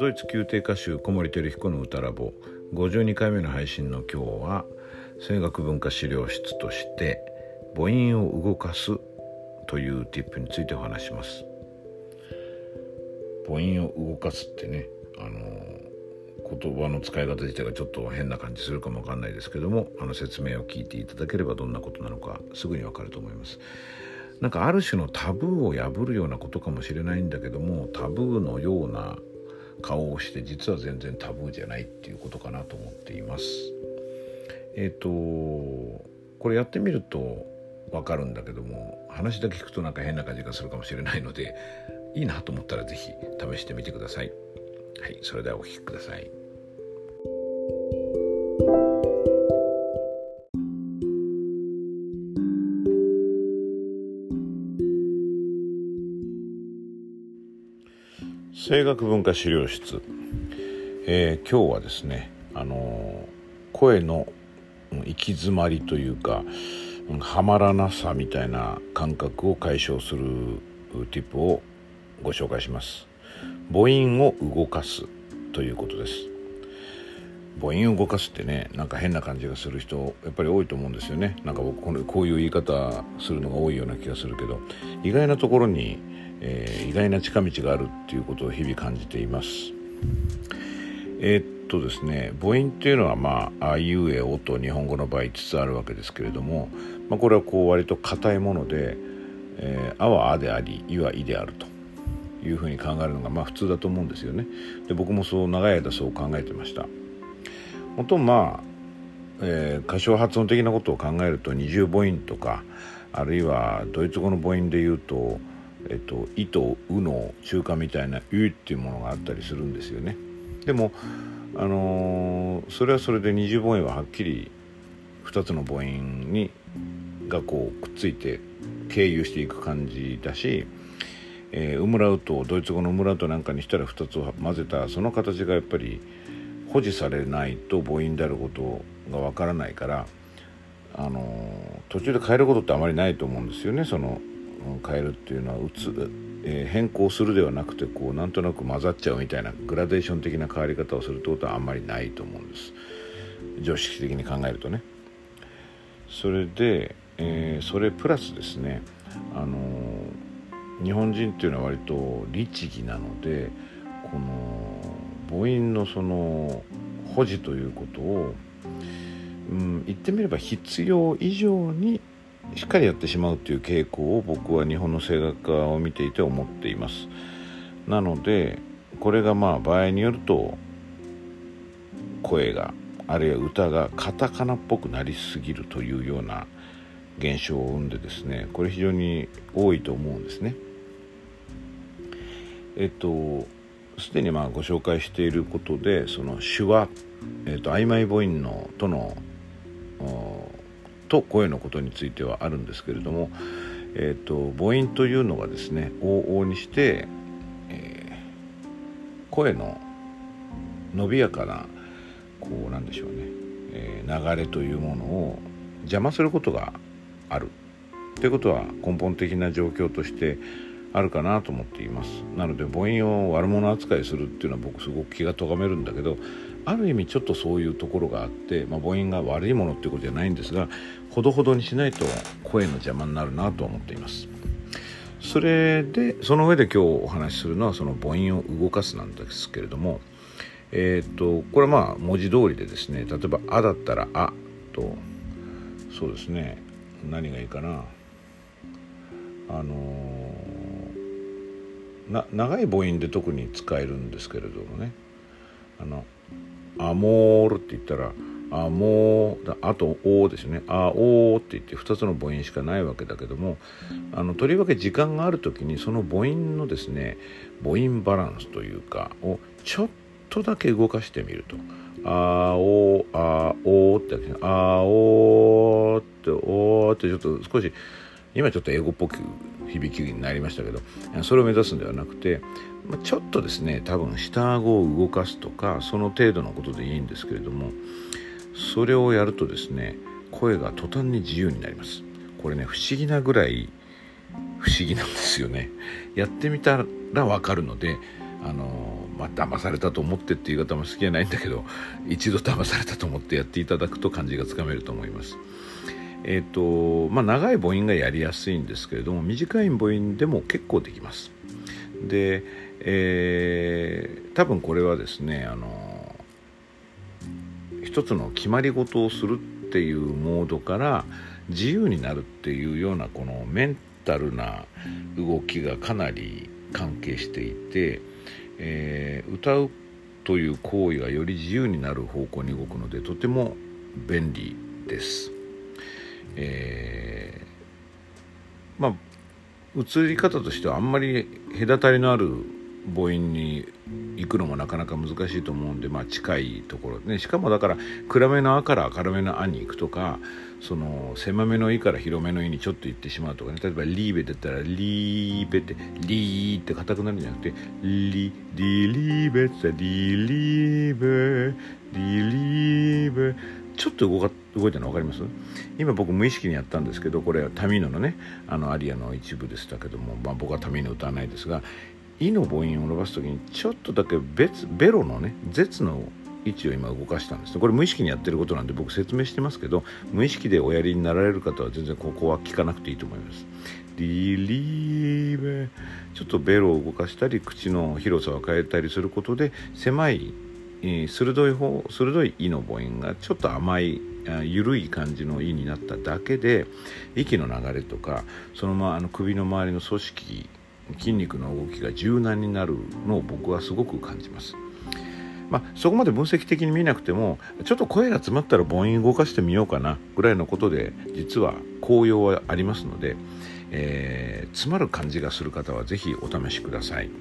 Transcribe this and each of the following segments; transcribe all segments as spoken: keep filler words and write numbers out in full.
ドイツ宮廷歌手小森照彦の歌ラボごじゅうにかいめの配信の今日は、声楽文化資料室として母音を動かすというティップについてお話します。母音を動かすってね、あの言葉の使い方自体がちょっと変な感じするかもわかんないですけども、あの説明を聞いていただければどんなことなのかすぐにわかると思います。なんかある種のタブーを破るようなことかもしれないんだけども、タブーのような顔をして実は全然タブーじゃないっていうことかなと思っています。えっとこれやってみるとわかるんだけども、話だけ聞くとなんか変な感じがするかもしれないので、いいなと思ったらぜひ試してみてください。はい、それではお聞きください。声楽文化資料室、えー、今日はですね、あのー、声の行き詰まりというかはまらなさみたいな感覚を解消するティップをご紹介します。母音を動かすということです。母音を動かすってね、なんか変な感じがする人やっぱり多いと思うんですよね。なんか僕こういう言い方するのが多いような気がするけど、意外なところにえー、意外な近道があるっていうことを日々感じています。えー、っとですね母音っていうのはまああいうえおと日本語の場合いつつあるわけですけれども、まあ、これはこう割と硬いもので、えー、あはあでありいはいであるというふうに考えるのがまあ普通だと思うんですよね。で僕もそう長い間そう考えてました。もともまあ、えー、歌唱発音的なことを考えると二重母音とか、あるいはドイツ語の母音で言うとえっと、いとうの中間みたいなうっていうものがあったりするんですよね。でも、あのー、それはそれで二重母音ははっきりふたつの母音にがこうくっついて経由していく感じだし、えー、ウムラウトドイツ語のウムラウトなんかにしたらふたつを混ぜたその形がやっぱり保持されないと母音であることがわからないから、あのー、途中で変えることってあまりないと思うんですよね。その変えるっていうのはうつ、えー、変更するではなくてこうなんとなく混ざっちゃうみたいなグラデーション的な変わり方をするってことはあんまりないと思うんです。常識的に考えるとね。それで、えー、それプラスですね、あのー、日本人っていうのは割と律儀なので、この母音のその保持ということを、うん、言ってみれば必要以上にしっかりやってしまうという傾向を僕は日本の声楽家を見ていて思っています。なのでこれがまあ場合によると声があるいは歌がカタカナっぽくなりすぎるというような現象を生んでですね、これ非常に多いと思うんですね。えっとすでにまあご紹介していることで、その手話、えっと曖昧母音のとのと声のことについてはあるんですけれども、えー、と母音というのがですね往々にして、えー、声の伸びやかなこうなんでしょうね、えー、流れというものを邪魔することがあるということは根本的な状況としてあるかなと思っています。なので母音を悪者扱いするっていうのは僕すごく気が咎めるんだけど、ある意味ちょっとそういうところがあって、まあ、母音が悪いものっていうことじゃないんですが、ほどほどにしないと声の邪魔になるなと思っています。それでその上で今日お話しするのはその母音を動かすなんですけれども、えー、っとこれはまあ文字通りでですね、例えばあだったらあと、そうですね、何がいいかな、あのー、な長い母音で特に使えるんですけれどもね、あのアモールって言ったらあもうあとおですね、あおって言ってふたつの母音しかないわけだけども、あのとりわけ時間があるときにその母音のですね母音バランスというかをちょっとだけ動かしてみると、あおあおってあおっておってちょっと少し今ちょっと英語っぽく響きになりましたけど、それを目指すんではなくて、ちょっとですね多分下顎を動かすとかその程度のことでいいんですけれども、それをやるとですね声が途端に自由になります。これね不思議なぐらい不思議なんですよね。やってみたらわかるので、 あのまあ騙されたと思ってっていう言い方も好きじゃないんだけど、一度騙されたと思ってやっていただくと感じがつかめると思います。えーとまあ、長い母音がやりやすいんですけれども、短い母音でも結構できます。で、えー、多分これはですね、あの一つの決まり事をするっていうモードから自由になるっていうようなこのメンタルな動きがかなり関係していて、えー、歌うという行為がより自由になる方向に動くのでとても便利です。えー、まあ映り方としてはあんまり隔たりのある母音に行くのもなかなか難しいと思うんで、まあ、近いところね。しかもだから暗めの「あ」から明るめの「あ」に行くとか、その狭めの「い」から広めの「い」にちょっと行ってしまうとかね。例えばリーベだったらリーベってリーって硬くなるんじゃなくてリリリーベってリリーベリリーベ、ちょっと動か動いたの分かります？今僕無意識にやったんですけど、これはタミーノのね、あのアリアの一部でしたけども、まあ、僕はタミーノ歌わないですが、イの母音を伸ばすときにちょっとだけ別ベロのね舌の位置を今動かしたんですね。これ無意識にやってることなんで僕説明してますけど、無意識でおやりになられる方は全然ここは聞かなくていいと思います。リリーベ、ちょっとベロを動かしたり口の広さを変えたりすることで狭い鋭い方鋭い「い」の母音がちょっと甘い緩い感じの「い」になっただけで、息の流れとかそのままあの首の周りの組織筋肉の動きが柔軟になるのを僕はすごく感じます。まあ、そこまで分析的に見なくてもちょっと声が詰まったら母音動かしてみようかなぐらいのことで実は効用はありますので、えー、詰まる感じがする方はぜひお試しください。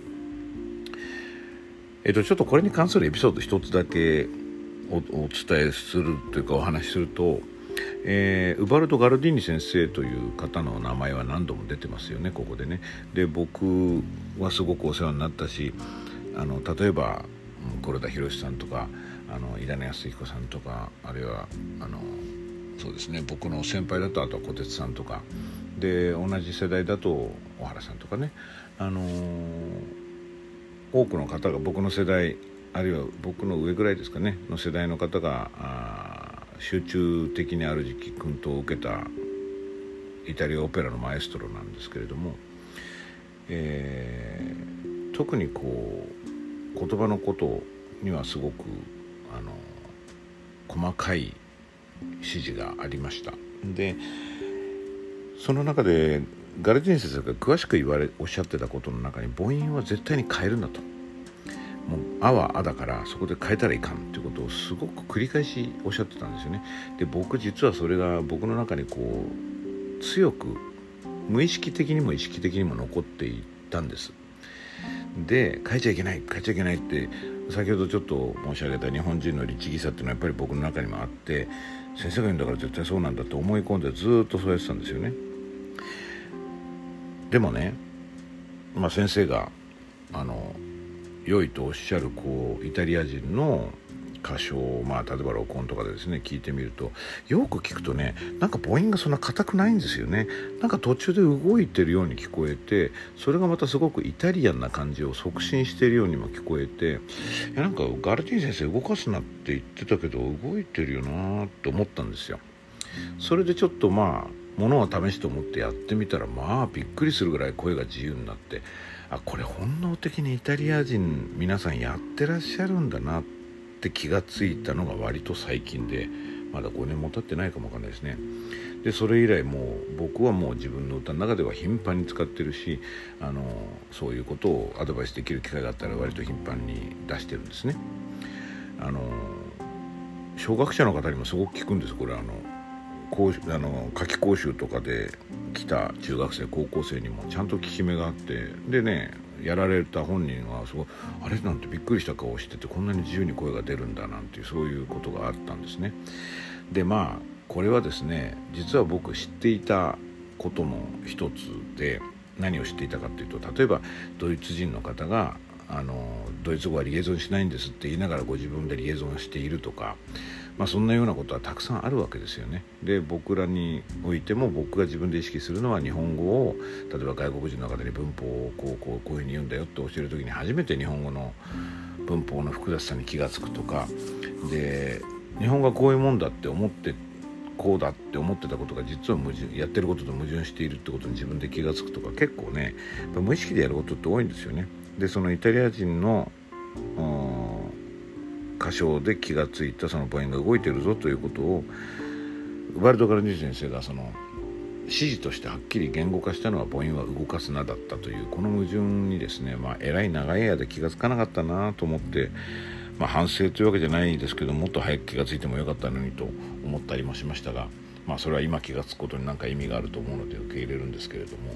えっと、ちょっとこれに関するエピソード一つだけ お, お伝えするというかお話しすると、えー、ウバルト・ガルディーニ先生という方の名前は何度も出てますよね、ここでね。で、僕はすごくお世話になったし、あの例えば黒田博さんとかあの井田康彦さんとか、あるいはあのそうですね、僕の先輩だとあとは小鉄さんとかで、同じ世代だと小原さんとかね、あのー多くの方が僕の世代あるいは僕の上ぐらいですかねの世代の方が集中的にある時期薫陶を受けたイタリアオペラのマエストロなんですけれども、えー、特にこう言葉のことにはすごくあの細かい指示がありました。でその中でガルディーニ先生が詳しく言われおっしゃってたことの中に、母音は絶対に変えるなと、もう「あ」は「あ」だからそこで変えたらいかんということをすごく繰り返しおっしゃってたんですよね。で僕実はそれが僕の中にこう強く無意識的にも意識的にも残っていったんです。で変えちゃいけない変えちゃいけないって先ほどちょっと申し上げた日本人の律儀さっていうのはやっぱり僕の中にもあって、先生が言うんだから絶対そうなんだと思い込んでずっとそうやってたんですよね。でもね、まあ、先生があの良いとおっしゃるこうイタリア人の歌唱を、まあ、例えば録音とかでですね聞いてみると、よく聞くとね、なんか母音がそんな硬くないんですよね。なんか途中で動いてるように聞こえて、それがまたすごくイタリアンな感じを促進しているようにも聞こえて、いやなんかガルディーニ先生動かすなって言ってたけど動いてるよなって思ったんですよ。それでちょっとまあものは試しと思ってやってみたら、まあびっくりするぐらい声が自由になって、あ、これ本能的にイタリア人皆さんやってらっしゃるんだなって気がついたのが割と最近で、まだごねんも経ってないかもわかんないですね。でそれ以来もう僕はもう自分の歌の中では頻繁に使ってるし、あのそういうことをアドバイスできる機会があったら割と頻繁に出してるんですね。あの小学者の方にもすごく聞くんです。これあの講あの夏期講習とかで来た中学生高校生にもちゃんと効き目があって、でねやられた本人はすごいあれなんてびっくりした顔をしてて、こんなに自由に声が出るんだなんていうそういうことがあったんですね。でまあこれはですね、実は僕知っていたことの一つで、何を知っていたかというと、例えばドイツ人の方があのドイツ語はリエゾンしないんですって言いながらご自分でリエゾンしているとか、 まあ、そんなようなことはたくさんあるわけですよね。で僕らにおいても僕が自分で意識するのは日本語を例えば外国人の方に文法をこうこうこういうふうに言うんだよって教える時に初めて日本語の文法の複雑さに気がつくとかで日本語はこういうもんだって思ってこうだって思ってたことが実は矛盾やってることと矛盾しているってことに自分で気がつくとか結構ね無意識でやることって多いんですよね。でそのイタリア人の歌唱で気がついたその母音が動いてるぞということをワイルド・ガルディ先生がその指示としてはっきり言語化したのは母音は動かすなだったというこの矛盾にですね、まあ、えらい長い間気がつかなかったなと思って、まあ、反省というわけじゃないですけどもっと早く気がついてもよかったのにと思ったりもしましたが、まあ、それは今気がつくことに何か意味があると思うので受け入れるんですけれども、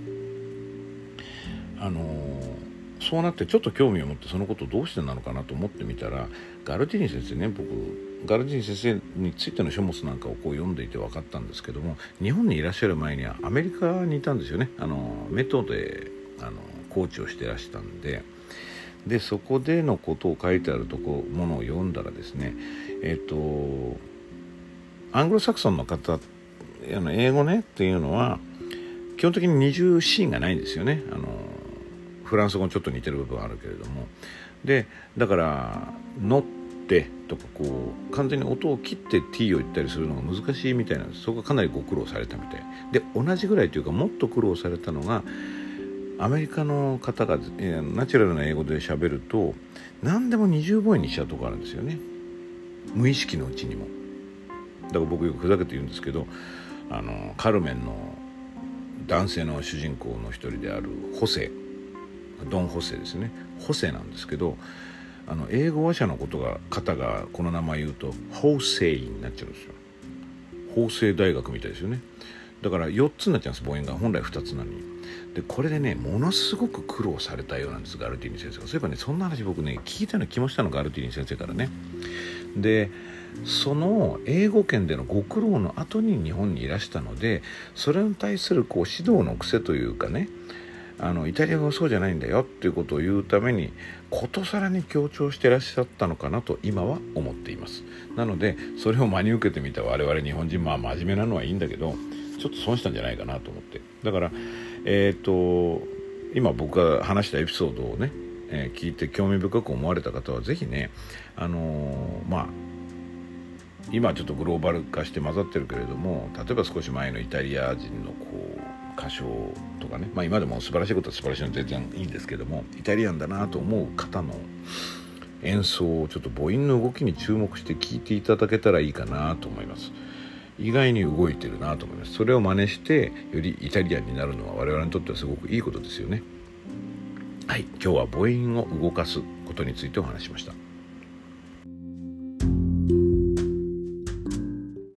あのーそうなってちょっと興味を持ってそのことどうしてなのかなと思ってみたらガルディーニ先生ね僕ガルディーニ先生についての書物なんかをこう読んでいて分かったんですけども日本にいらっしゃる前にはアメリカにいたんですよね。あのメトであのコーチをしてらしたんででそこでのことを書いてあるとこものを読んだらですねえっ、とアングロサクソンの方あの英語ねっていうのは基本的に二重子音がないんですよね。あのフランス語にちょっと似てる部分はあるけれどもでだから乗ってとかこう完全に音を切って t を言ったりするのが難しいみたいなんです。そこがかなりご苦労されたみたいで同じぐらいというかもっと苦労されたのがアメリカの方がナチュラルな英語で喋ると何でも二重母音にしちゃうところあるんですよね無意識のうちにも。だから僕よくふざけて言うんですけどあのカルメンの男性の主人公の一人であるホセドン・ホセですね。ホセなんですけどあの英語話者のことが方がこの名前言うとホーセイになっちゃうんですよ。法政大学みたいですよね。だからよっつになっちゃうんです母音が本来ふたつなのに。でこれでねものすごく苦労されたようなんですガルティーニ先生が。そういえばねそんな話僕ね聞いたの気もしたのガルティーニ先生からね。でその英語圏でのご苦労の後に日本にいらしたのでそれに対するこう指導の癖というかねあのイタリア語はそうじゃないんだよっていうことを言うためにことさらに強調してらっしゃったのかなと今は思っています。なのでそれを真に受けてみた我々日本人まあ真面目なのはいいんだけどちょっと損したんじゃないかなと思ってだからえっと今僕が話したエピソードをね、えー、聞いて興味深く思われた方はぜひねあのー、まあ今ちょっとグローバル化して混ざってるけれども例えば少し前のイタリア人のこう歌唱とかね、まあ、今でも素晴らしいことは素晴らしいの全然いいんですけどもイタリアンだなと思う方の演奏をちょっと母音の動きに注目して聴いていただけたらいいかなと思います。意外に動いてるなと思います。それを真似してよりイタリアンになるのは我々にとってはすごくいいことですよね。はい、今日は母音を動かすことについてお話ししました。